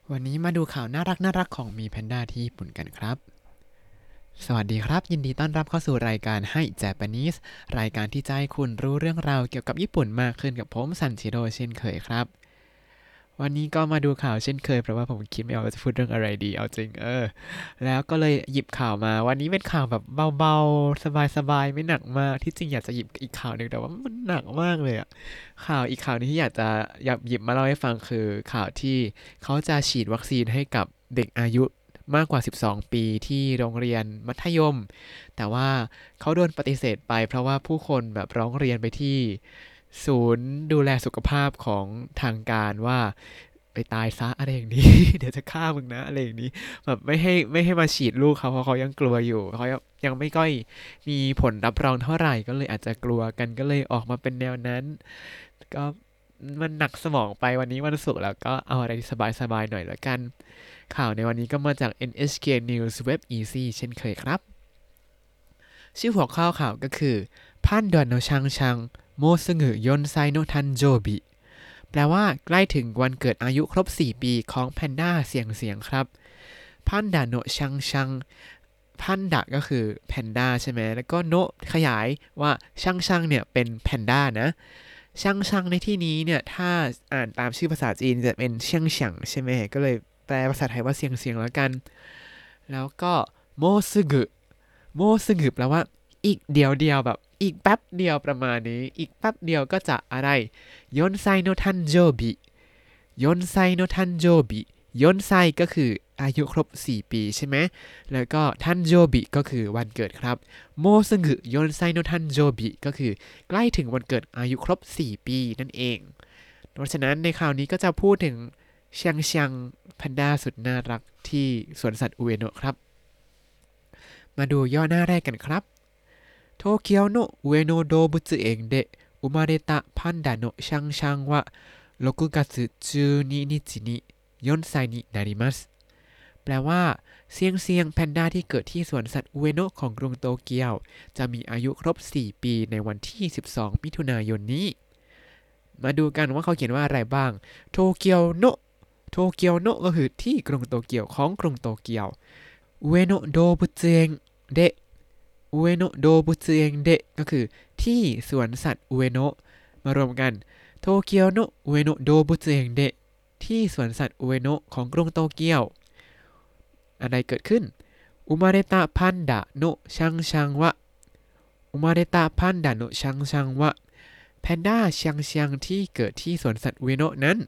วันนี้มาดูข่าวน่ารักของมีแพนด้าที่ญี่ปุ่นกันครับสวัสดีครับยินดีต้อนรับเข้าสู่รายการให้ Japanese รายการที่จะให้คุณรู้เรื่องราวเกี่ยวกับญี่ปุ่นมากขึ้นกับผมซันชิโร่เช่นเคยครับวันนี้ก็มาดูข่าวเช่นเคยเพราะว่าผมคิดไม่ออกว่าจะพูดเรื่องอะไรดีเอาจริงแล้วก็เลยหยิบข่าวมาวันนี้เป็นข่าวแบบเบาๆสบายๆไม่หนักมากที่จริงอยากจะหยิบอีกข่าวหนึ่งแต่ว่ามันหนักมากเลยอะข่าวอีกข่าวนึงที่อยากหยิบมาเล่าให้ฟังคือข่าวที่เขาจะฉีดวัคซีนให้กับเด็กอายุมากกว่า12ปีที่โรงเรียนมัธยมแต่ว่าเขาโดนปฏิเสธไปเพราะว่าผู้คนแบบร้องเรียนไปที่ศูนย์ดูแลสุขภาพของทางการว่าไปตายซะอะไรอย่างนี้เดี๋ยวจะฆ่ามึงนะอะไรอย่างนี้แบบไม่ให้มาฉีดลูกเขาเพราะเขายังกลัวอยู่เขายังไม่ค่อยมีผลรับรองเท่าไหร่ก็เลยอาจจะกลัวกันก็เลยออกมาเป็นแนวนั้นก็มันหนักสมองไปวันนี้วันศุกร์แล้วก็เอาอะไรที่สบายๆหน่อยแล้วกันข่าวในวันนี้ก็มาจาก NHK News Web Easy เช่นเคยครับชื่อหัวข้อข่าวก็คือพันดวนโนชังชังโมซึงึยอนไซโนทันโจบิแปลว่าใกล้ถึงวันเกิดอายุครบ4ปีของแพนด้าเสียงครับพันดาโนชังชังพันดาก็คือแพนด้าใช่ไหมแล้วก็โนขยายว่าชังชังเนี่ยเป็นแพนด้านะชังชังในที่นี้เนี่ยถ้าอ่านตามชื่อภาษาจีนจะเป็นเชียงเฉียงใช่ไหมก็เลยแปลภาษาไทยว่าเสียงแล้วกันแล้วก็โมซึกึ โมซึงึแปลว่าอีกเดียวแบบอีกแป๊บเดียวประมาณนี้อีกแป๊บเดียวก็จะอะไรยอนไซโนทันโจบิยอนไซโนทันโจบิยอนไซก็คืออายุครบ4ปีใช่ไหมแล้วก็ทันโจบิก็คือวันเกิดครับโมซึงึยอนไซโนทันโจบิก็คือใกล้ถึงวันเกิดอายุครบ4ปีนั่นเองเพราะฉะนั้นในข่าวนี้ก็จะพูดถึงเชียงแพนด้าสุดน่ารักที่สวนสัตว์อุเอโนะครับมาดูย่อหน้าแรกกันครับ 東京の上野動物園で生まれたパンダのシャンシャンは6月12日に4歳になります แปลว่าเซียงแพนด้าที่เกิดที่สวนสัตว์อุเอโนะของกรุงโตเกียวจะมีอายุครบ4ปีในวันที่12มิถุนายนนี้มาดูกันว่าเขาเขียนว่าอะไรบ้างโตเกียวโนะโตเกียวโนะก็คือที่กรุงโตเกียวของกรุงโตเกียวอุเอโนะโดบุเอ็นเดะ อุเอโนะโดบุสึเองเดะก็คือที่สวนสัตว์อุเอโนะมารวมกันโตเกียวโนะอุเอโนะโดบุสึเองเดะที่สวนสัตว์อุเอโนะของกรุงโตเกียวอะไรเกิดขึ้นอุมาเรตะพันดะโนะชังวะอุมาเรตะพันดะโนะชังวะแพนด้าเชียงที่เกิดที่สวนสัตว์อุเอโนะนั้น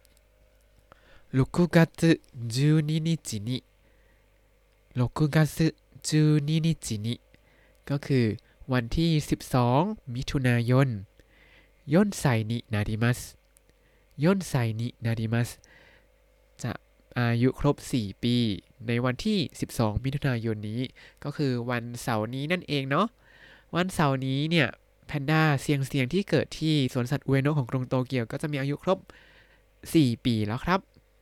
6月12日に6月12日にก็คือวันที่12มิถุนายนย่นไซนินาริมัสย่นไซนินาริมัสจะอายุครบ4ปีในวันที่12มิถุนายนนี้ก็คือวันเสาร์นี้นั่นเองเนาะวันเสาร์นี้เนี่ยแพนด้าเสียงที่เกิดที่สวนสัตว์อุเอโนะของกรุงโตเกียวก็จะมีอายุครบ4ปีแล้วครับ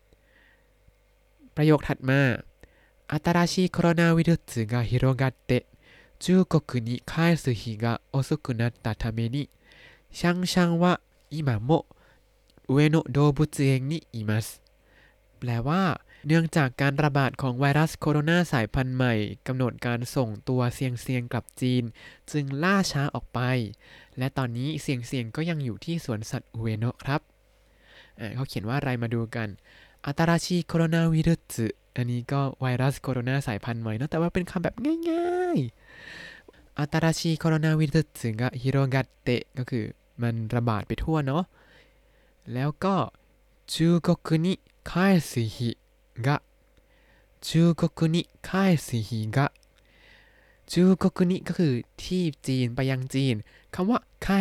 ประโยคถัดมา新しいコロナウイルスが広がって中国に帰す日が遅くなったためにシャンシャンは今も上野動物園にいますแปลว่าเนื่องจากการระบาดของไวรัสโคโรนาสายพันธุ์ใหม่กำหนดการส่งตัวเซียงกลับจีนจึงล่าช้าออกไปและตอนนี้เซียงก็ยังอยู่ที่สวนสัตว์อุเอโนะครับเขาเขียนว่าอะไรมาดูกัน新しいコロナウイルスอันนี้ก็ไวรัสโคโรนาสายพันธุ์ใหม่เนอะแต่ว่าเป็นคำแบบง่ายๆ新しいコロナウイルスが広がってก็คือมันระบาดไปทั่วเนาะแล้วก็中国に返す日が中国に返す日が中国にก็คือที่จีนไปยังจีนคำว่า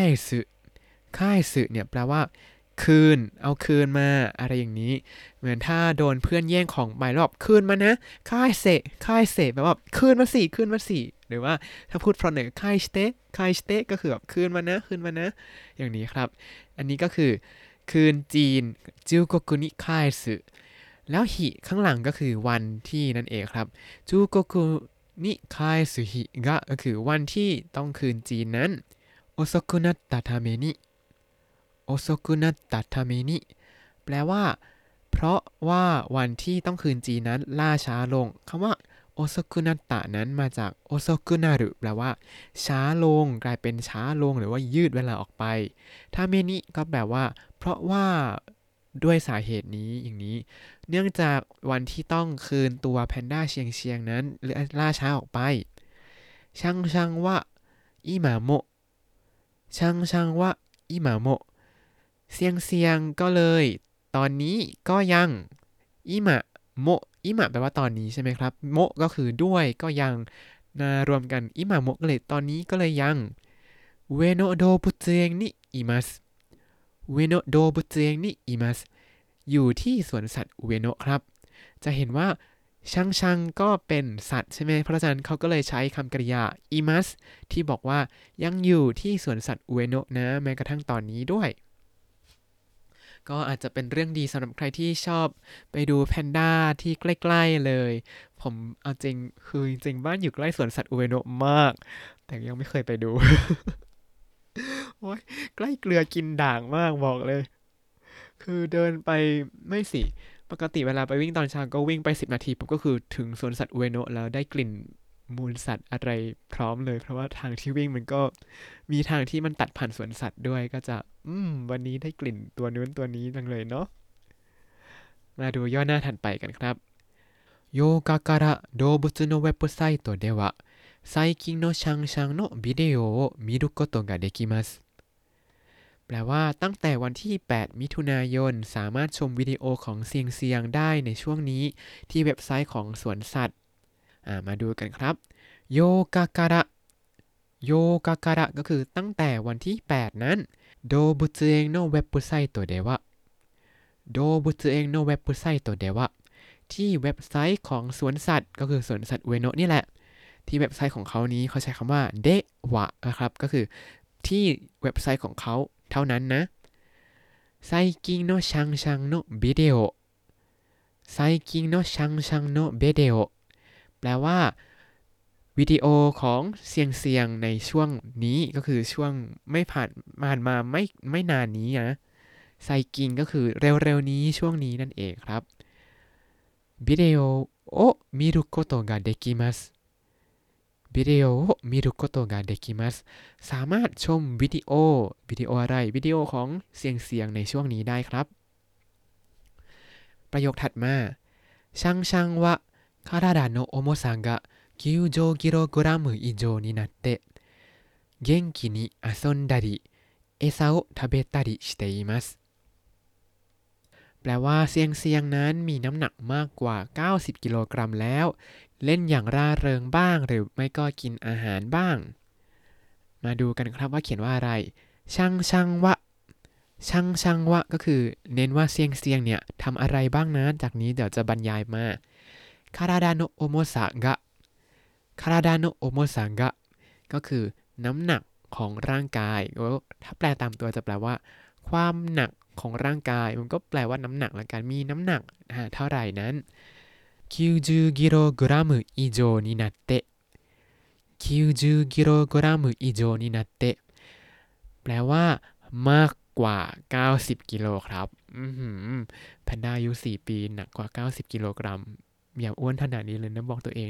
ไคสึเนี่ยแปลว่าคืนเอาคืนมาอะไรอย่างนี้เหมือนถ้าโดนเพื่อนแย่งของไปแล้วแบบคืนมานะค่ายเสแปลว่าคืนมาสิหรือว่าถ้าพูดเพราะหนึ่งค่ายสเตะก็คือแบบคืนมานะอย่างนี้ครับอันนี้ก็คือคืนจีนจิวโกกุนิค่ายสึแล้วฮิข้างหลังก็คือวันที่นั่นเองครับจิวโกกุนิค่ายสึฮิกะก็คือวันที่ต้องคืนจีนนั้นโอซกุนัตตะทาเมนิโอซกุนัตตะทาเมนิแปลว่าเพราะว่าวันที่ต้องคืนจีนนั้นล่าช้าลงคำว่าโอโซกุนัตตะนั้นมาจากโอโซกุนารุแปลว่าช้าลงกลายเป็นช้าลงหรือว่ายืดเวลาออกไปถ้าเมนิก็แปลว่าเพราะว่าด้วยสาเหตุนี้อย่างนี้เนื่องจากวันที่ต้องคืนตัวแพนด้าเชียงเชียงนั้นล่าช้าออกไปช่างว่าอิมาโมะช่างว่าอิมาโมะเซียงก็เลยตอนนี้ก็ยังอิมะโมะอิมะแปลว่าตอนนี้ใช่ไหมครับโมะก็คือด้วยก็ยังรวมกันอิมะโมะก็เลยตอนนี้ก็เลยยังเวโนะโดบุเอ็งนิอิมัสเวโนะโดบุเอ็งนิอิมัสอยู่ที่สวนสัตว์อุเอโนะครับจะเห็นว่าช่างก็เป็นสัตว์ใช่ไหมเพราะฉะนั้นเขาก็เลยใช้คำกริยาอิมัสที่บอกว่ายังอยู่ที่สวนสัตว์อุเอโนะนะแม้กระทั่งตอนนี้ด้วยก็อาจจะเป็นเรื่องดีสำหรับใครที่ชอบไปดูแพนด้าที่ใกล้ๆเลยผมเอาจริงคือจริงบ้านอยู่ใกล้สวนสัตว์อุเอโนะมากแต่ยังไม่เคยไปดู โอ้ยใกล้เกลือกินด่างมากบอกเลยคือเดินไปไม่สิปกติเวลาไปวิ่งตอนเช้าก็วิ่งไป10 นาทีผมก็คือถึงสวนสัตว์อุเอโนะแล้วได้กลิ่นมูลสัตว์อะไรพร้อมเลยเพราะว่าทางที่วิ่งมันก็มีทางที่มันตัดผ่านสวนสัตว์ด้วยก็จะวันนี้ได้กลิ่นตัวนู้นตัวนี้จังเลยเนาะมาดูย่อหน้าถัดไปกันครับ8日から動物のウェブサイトでは最近のシャンシャンのビデオを見ることができますแปลว่าตั้งแต่วันที่8มิถุนายนสามารถชมวิดีโอของเซียงได้ในช่วงนี้ที่เว็บไซต์ของสวนสัตว์มาดูกันครับโยกะการะโยกะการะก็คือตั้งแต่วันที่8นั้นโดบุตเองโนเว็บไซต์เดวะโดบุตเองโนเว็บไซต์เดวะที่เว็บไซต์ของสวนสัตว์ก็คือสวนสัตว์อุเอโนะนี่แหละที่เว็บไซต์ของเขานี้เขาใช้คำว่าเดวะนะครับก็คือที่เว็บไซต์ของเขาเท่านั้นนะไซกิงโนชังชังโนวิดีโอไซกิงโนชังชังโนวิดีโอแปลว่าวิดีโอของเซียงในช่วงนี้ก็คือช่วงไม่ผ่านมาไม่นานนี้นะไซกิงก็คือเร็วๆนี้ช่วงนี้นั่นเองครับวิดีโอโอมิรุโกโตะができますวิดีโอมิรุโกโตะができますสามารถชมวิดีโออะไรวิดีโอของเซียงในช่วงนี้ได้ครับประโยคถัดมาช่างว่า体の重さが90キログラム以上になって元気に遊んだり餌を食べたりしていますแปลว่าเซียงนั้นมีน้ำหนักมากกว่า90กิโลกรัมแล้วเล่นอย่างร่าเริงบ้างหรือไม่ก็กินอาหารบ้างมาดูกันครับว่าเขียนว่าอะไรช่างวะก็คือเน้นว่าเซียงเนี่ยทำอะไรบ้างนะจากนี้เดี๋ยวจะบรรยายมาคาราดาโนะโอโมซะกะก็คือน้ำหนักของร่างกายถ้าแปลตามตัวจะแปลว่าความหนักของร่างกายมันก็แปลว่าน้ำหนักละกันมีน้ำหนักเท่าไหร่นั้น90กิโลกรัม以上になって90กิโลกรัม以上になってแปลว่ามากกว่า90กิโลครับแพนด้าอายุ4 ปีหนักกว่า90กิโลกรัมอย่าอ้วนขนาดนี้เลยนะบอกตัวเอง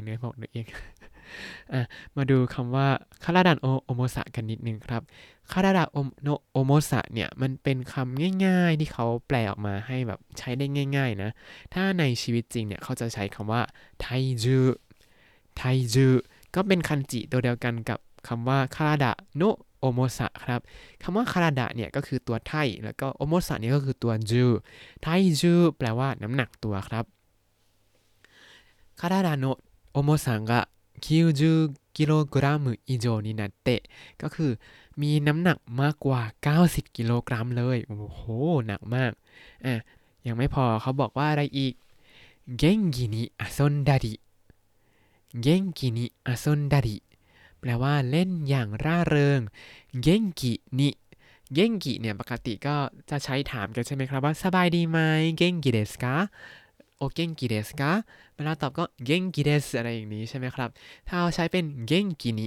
มาดูคำว่าคาราดะโอโมสะกันนิดนึงครับคาราดะโอโมสะเนี่ยมันเป็นคำง่ายๆที่เขาแปลออกมาให้แบบใช้ได้ง่ายๆนะถ้าในชีวิตจริงเนี่ยเขาจะใช้คำว่าไทจูก็เป็นคันจิตัวเดียวกันกับคำว่าคาราดะโนโอโมสะครับคำว่าคาราดะเนี่ยก็คือตัวไทแล้วก็โอโมสะเนี่ยก็คือตัวจูไทจูแปลว่าน้ำหนักตัวครับคาราดะโนโอโมสะกะ90กิโลกรัม以上になってก็คือมีน้ำหนักมากกว่า90กิโลกรัมเลยโอ้โหหนักมากยังไม่พอเขาบอกว่าอะไรอีก元気に遊んだり元気に遊んだりแปลว่าเล่นอย่างร่าเริง元気にเก้งกิเนี่ยปกติก็จะใช้ถามกันใช่ไหมครับว่าสบายดีไหมเก้งกิเดสกะโอเก้งกิเดสกะเวลาตอบก็เก้งกิเดสอะไรอย่างนี้ใช่ไหมครับถ้าเราใช้เป็นเก้งกินิ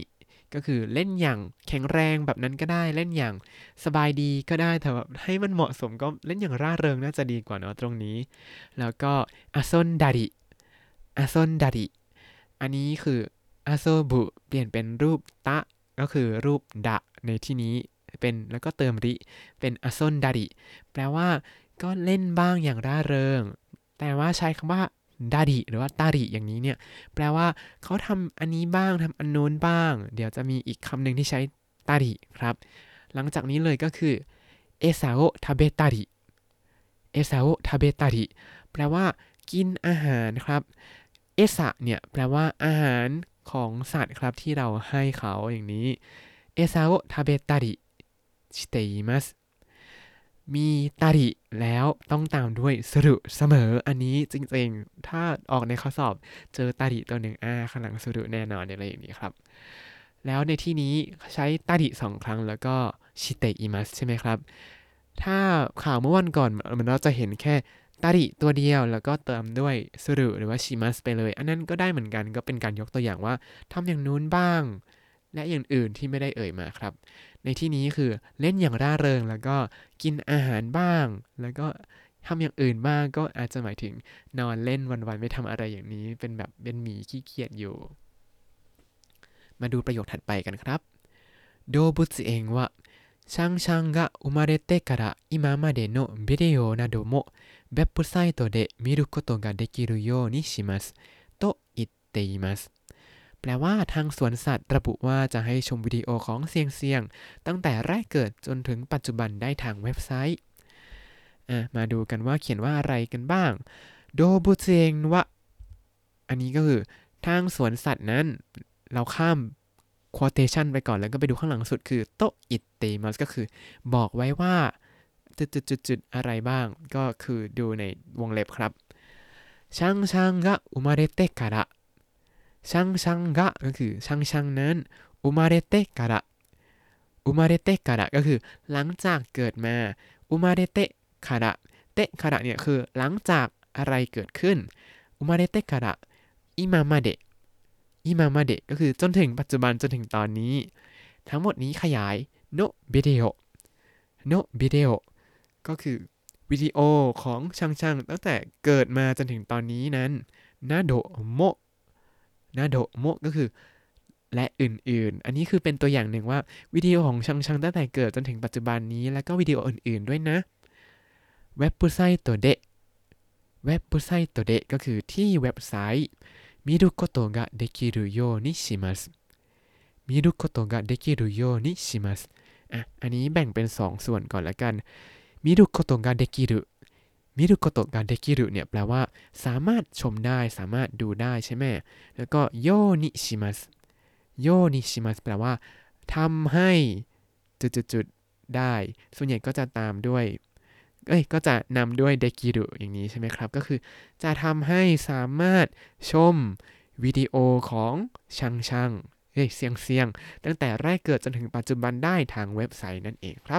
ก็คือเล่นอย่างแข็งแรงแบบนั้นก็ได้เล่นอย่างสบายดีก็ได้แต่แบบให้มันเหมาะสมก็เล่นอย่างร่าเริงน่าจะดีกว่าเนาะตรงนี้แล้วก็อาซอนดาริอาซอนดาริอันนี้คืออาโซบุเปลี่ยนเป็นรูปตะก็คือรูปดะในที่นี้เป็นแล้วก็เติมริเป็นอาซอนดาริแปลว่าก็เล่นบ้างอย่างร่าเริงแต่ว่าใช้คำว่าดาริหรือว่าตาริอย่างนี้เนี่ยแปลว่าเขาทำอันนี้บ้างทำอันโน้นบ้างเดี๋ยวจะมีอีกคำหนึ่งที่ใช้ตาริครับหลังจากนี้เลยก็คือเอซาโอทาเบตาริเอซาโอทาเบตาริแปลว่ากินอาหารครับเอซะเนี่ยแปลว่าอาหารของสัตว์ครับที่เราให้เขาอย่างนี้เอซาโอทาเบตาริしていますมีตาริแล้วต้องตามด้วยสรุเสมออันนี้จริงๆถ้าออกในข้อสอบเจอตาริตัวหนึ่งข้างหลังสรุแน่นอนอะไรอย่างนี้ครับแล้วในที่นี้ใช้ตาริ2ครั้งแล้วก็ชิเตอิมัสใช่ไหมครับถ้าข่าวเมื่อวันก่อนมันเราจะเห็นแค่ตาริตัวเดียวแล้วก็เติมด้วยสรุหรือว่าชิมัสไปเลยอันนั้นก็ได้เหมือนกันก็เป็นการยกตัวอย่างว่าทำอย่างนู้นบ้างและอย่างอื่นที่ไม่ได้เอ่ยมาครับในที่นี้คือเล่นอย่างร่าเริงแล้วก็กินอาหารบ้างแล้วก็ทำอย่างอื่นบ้างก็อาจจะหมายถึงนอนเล่นวันๆไม่ทำอะไรอย่างนี้เป็นแบบเป็นหมีขี้เกียจอยู่มาดูประโยคถัดไปกันครับ動物園はシャンシャンが生まれてから今までのビデオなどもウェブサイトで見ることができるようにしますと言っていますแปลว่าทางสวนสัตว์ระบุว่าจะให้ชมวิดีโอของเซียงตั้งแต่แรกเกิดจนถึงปัจจุบันได้ทางเว็บไซต์มาดูกันว่าเขียนว่าอะไรกันบ้างโดบุเซงวะอันนี้ก็คือทางสวนสัตว์นั้นเราข้าม quotation ไปก่อนแล้วก็ไปดูข้างหลังสุดคือโตอิเตมัสก็คือบอกไว้ว่าจุดๆๆอะไรบ้างก็คือดูในวงเล็บครับช่างช่างกะอุมาเรเตะการะช่างช่างกะก็คือช่างช่างนั้นอุมาเรเตะการะอุมาเรเตะการะก็คือหลังจากเกิดมาอุมาเรเตะคาระเตะคาระเนี่ยคือหลังจากอะไรเกิดขึ้นอุมาเรเตะคาระอิมามาเดะอิมามาเดะก็คือจนถึงปัจจุบันจนถึงตอนนี้ทั้งหมดนี้ขยายโนบิเดโอโนบิเดโอก็คือวิดีโอของช่างๆตั้งแต่เกิดมาจนถึงตอนนี้นั้นนาโดโมนาโดโมก็คือและอื่นๆอันนี้คือเป็นตัวอย่างหนึ่งว่าวิดีโอของช่างๆตั้งแต่เกิดจนถึงปัจจุบันนี้แล้วก็วิดีโออื่นๆด้วยนะเว็บไซต์ตัวเดะเว็บไซต์ตัวเดะก็คือที่เว็บไซต์見ることができるようにします見ることができるようにしますอันนี้แบ่งเป็น2ส่วนก่อนละกัน見ることができる見ることができるเนี่ยแปลว่าสามารถชมได้สามารถดูได้ใช่ไหมแล้วก็โยนิชิมัสโยนิชิมัสแปลว่าทำให้จุดๆได้ส่วนใหญ่ก็จะตามด้วยก็จะนำด้วยเดกิรุอย่างนี้ใช่ไหมครับก็คือจะทำให้สามารถชมวิดีโอของช่างเซียงตั้งแต่แรกเกิดจนถึงปัจจุบันได้ทางเว็บไซต์นั่นเองครับ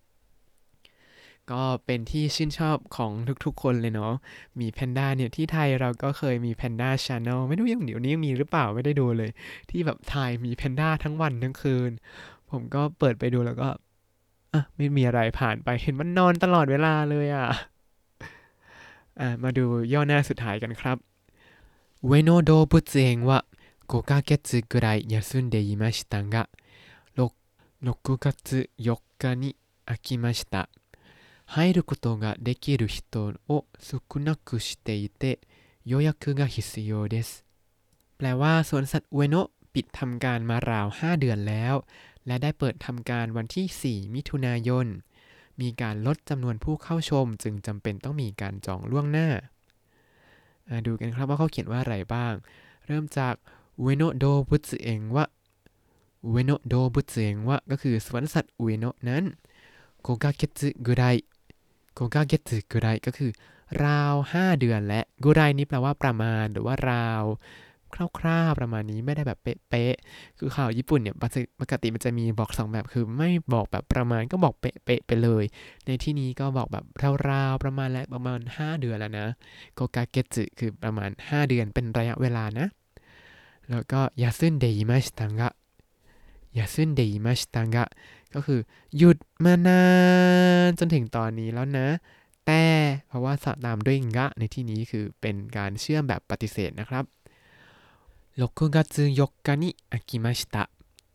ก็เป็นที่ชื่นชอบของทุกๆคนเลยเนาะมีแพนด้าเนี่ยที่ไทยเราก็เคยมีแพนด้าชาแนลไม่รู้ยังเดี๋ยวนี้ยังมีหรือเปล่าไม่ได้ดูเลยที่แบบถ่ายมีแพนด้าทั้งวันทั้งคืนผมก็เปิดไปดูแล้วก็ไม่มีอะไรผ่านไปเห็นมันนอนตลอดเวลาเลยมาดูย่อหน้าสุดท้ายกันครับ上野動物園は5ヶ月ぐらい休んでいましたが6月4日に飽きました入ることができる人を少なくしていて予約が必要ですแปลว่าสวนสัตว์อุเอโนะปิดทำการมาราว5 เดือนแล้วและได้เปิดทำการวันที่4 มิถุนายนมีการลดจำนวนผู้เข้าชมจึงจำเป็นต้องมีการจองล่วงหน้าดูกันครับว่าเขาเขียนว่าอะไรบ้างเริ่มจากอุเอโนะโดบุสึเอะวะอุเอโนะโดบุสึเอะวะก็คือสวนสัตว์อุเอโนะนั้น5ヶ月ぐらい5ヶ月ぐらいก็คือราว5 เดือนและกุไรนี้แปลว่าประมาณหรือว่าราวคร่าวๆประมาณนี้ไม่ได้แบบเป๊ะๆคือข่าวญี่ปุ่นเนี่ยปกติมันจะมีบอก2แบบคือไม่บอกแบบประมาณก็บอกเป๊ะๆไปเลยในที่นี้ก็บอกแบบราวๆประมาณและประมาณ5 เดือนแล้วนะโกกาเกจึคือประมาณ5 เดือนเป็นระยะเวลานะแล้วก็ยาซึนเดยิมาชิตังะ休んでいましたがก็คือหยุดมานานจนถึงตอนนี้แล้วนะแต่เพราะว่าตามด้วยงะในที่นี้คือเป็นการเชื่อมแบบปฏิเสธนะครับ6月4日に飽きました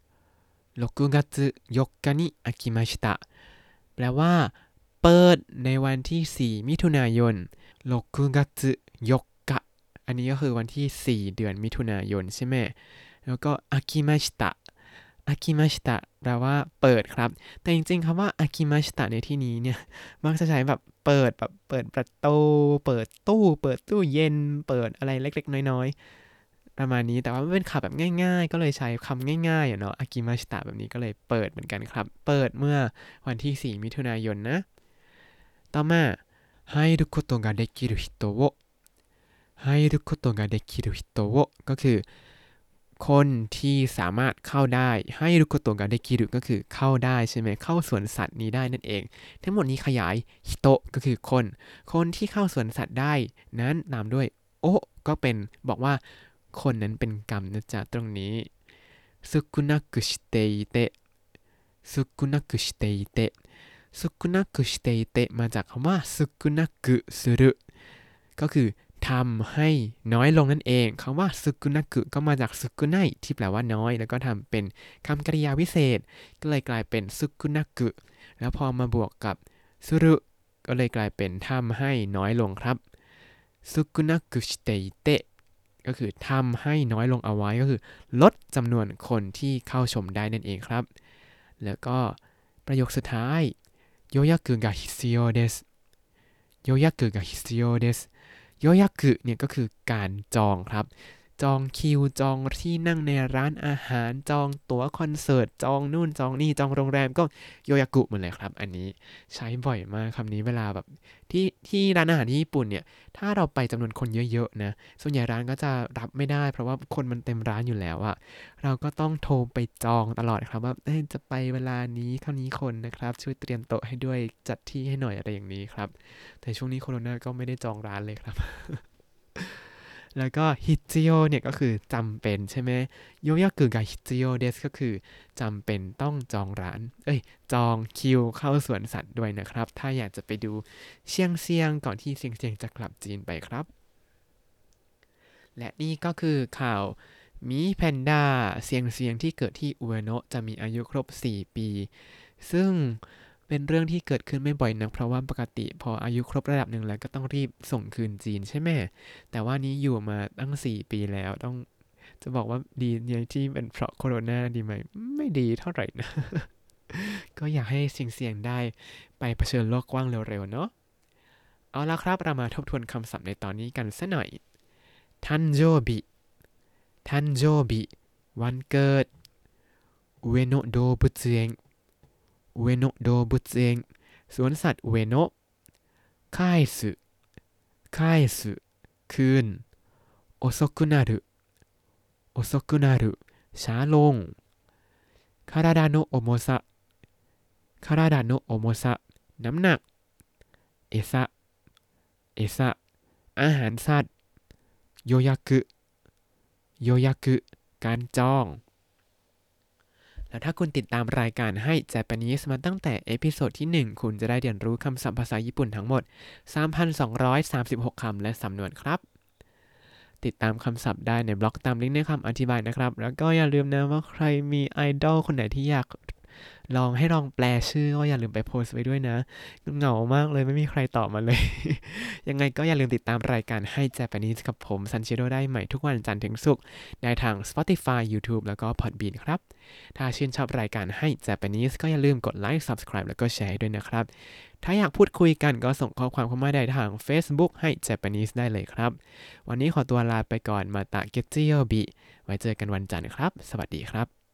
6月4日に飽きましたแปลว่าเปิดในวันที่4มิถุนายน6月4日อันนี้ก็คือวันที่4เดือนมิถุนายนใช่ไหมแล้วก็อากิมาชิตะอากิมาชิตะแปลว่าเปิดครับแต่จริงๆคำว่าอากิมาชิตะในที่นี้เนี่ยมักจะใช้แบบเปิดแบบเปิดประตูเปิดตู้เย็นเปิดอะไรเล็กๆน้อยๆประมาณนี้แต่ว่ามันเป็นคำแบบง่ายๆก็เลยใช้คำง่ายๆเนาะอากิมาชิตะแบบนี้ก็เลยเปิดเหมือนกันครับเปิดเมื่อวันที่4มิถุนายนนะต่อมา入ることができる人を入ることができる人をก็คือคนที่สามารถเข้าได้ให้รุโกโตะกะเดกิรุก็คือเข้าได้ใช่ไหมเข้าสวนสัตว์นี้ได้นั่นเองทั้งหมดนี้ขยายฮิโตะก็คือคนที่เข้าสวนสัตว์ได้นั้นตามด้วยโอก็เป็นบอกว่าคนนั้นเป็นกรรมนะจ๊ะตรงนี้สุกุนักุชิเตอิเตะสุกุนักุชิเตอิเตะสุกุนักุชิเตอิเตะมาจากคำว่าสุกุนักุสุรุก็คือทำให้น้อยลงนั่นเองคำว่าสุกุนักุก็มาจากสุกุไนที่แปลว่าน้อยแล้วก็ทำเป็นคำกริยาวิเศษก็เลยกลายเป็นสุกุนักุแล้วพอมาบวกกับสุรุก็เลยกลายเป็นทำให้น้อยลงครับสุกุนักุชิเตอิเตะก็คือทำให้น้อยลงเอาไว้ก็คือลดจำนวนคนที่เข้าชมได้นั่นเองครับแล้วก็ประโยคสุดท้ายโยยักุが必要ですโยยักุが必要ですโยยักุเนี่ยก็คือการจองครับจองคิวจองที่นั่งในร้านอาหารจองตั๋วคอนเสิร์ตจองนู่นจองนี่จองโรงแรมก็โยยักุหมดเลยครับอันนี้ใช้บ่อยมากคำนี้เวลาแบบที่ร้านอาหารที่ญี่ปุ่นเนี่ยถ้าเราไปจำนวนคนเยอะๆนะส่วนใหญ่ร้านก็จะรับไม่ได้เพราะว่าคนมันเต็มร้านอยู่แล้วอะเราก็ต้องโทรไปจองตลอดครับว่าจะไปเวลานี้เท่านี้คนนะครับช่วยเตรียมโต๊ะให้ด้วยจัดที่ให้หน่อยอะไรอย่างนี้ครับแต่ช่วงนี้โควิดก็ไม่ได้จองร้านเลยครับแล้วก็ฮิจิโอเนี่ยก็คือจำเป็นใช่ไหมโยยากุกับฮิจิโอเดสก็คือจำเป็นต้องจองร้านจองคิวเข้าสวนสัตว์ด้วยนะครับถ้าอยากจะไปดูเชียงก่อนที่เชียงจะกลับจีนไปครับและนี่ก็คือข่าวหมีแพนด้าเชียงที่เกิดที่อุเอโนะจะมีอายุครบ4ปีซึ่งเป็นเรื่องที่เกิดขึ้นไม่บ่อยนักเพราะว่าปกติพออายุครบระดับหนึ่งแล้วก็ต้องรีบส่งคืนจีนใช่ไหมแต่ว่านี้อยู่มาตั้ง4ปีแล้วต้องจะบอกว่าดีในที่เป็นเพราะโควิดดีไหมไม่ดีเท่าไหร่นะ ก็อยากให้เสี่ยงได้ไปเผชิญโลกกว้างเร็วๆเนาะเอาละครับเรามาทบทวนคำศัพท์ในตอนนี้กันสักหน่อยทันโจบิทันโจบิวันเกิดอุเอโนะโดบุเอ็นอุเอโนะโดบุเอ็นสวนสัตว์อุเอโนะคายสึคืนโอโซกุนารุช้าลงคาราดาโนะโอโมซะน้ำหนักเอซะอาหารสัตว์โยยากุการจองแล้วถ้าคุณติดตามรายการให้ Japanese มาตั้งแต่เอพิโซดที่1คุณจะได้เรียนรู้คำศัพท์ภาษาญี่ปุ่นทั้งหมด 3,236 คำและสำนวนครับติดตามคำศัพท์ได้ในบล็อกตามลิงก์ในคำอธิบายนะครับแล้วก็อย่าลืมนะว่าใครมีไอดอลคนไหนที่อยากลองแปลชื่อก็อย่าลืมไปโพสต์ไว้ด้วยนะเหงามากเลยไม่มีใครตอบมาเลย ยังไงก็อย่าลืมติดตามรายการให้ Japanese กับผมซันชิโร่ได้ใหม่ทุกวันจันทร์ถึงศุกร์ได้ทาง Spotify YouTube แล้วก็ Podbean ครับถ้าชื่นชอบรายการให้ Japanese ก็อย่าลืมกดไลค์ Subscribe แล้วก็แชร์ด้วยนะครับถ้าอยากพูดคุยกันก็ส่งข้อความเข้ามาได้ทาง Facebook ให้ Japanese ได้เลยครับวันนี้ขอตัวลาไปก่อนมาตะเกจิโยบิไว้เจอกันวันจันทร์ครับสวัสดีครับ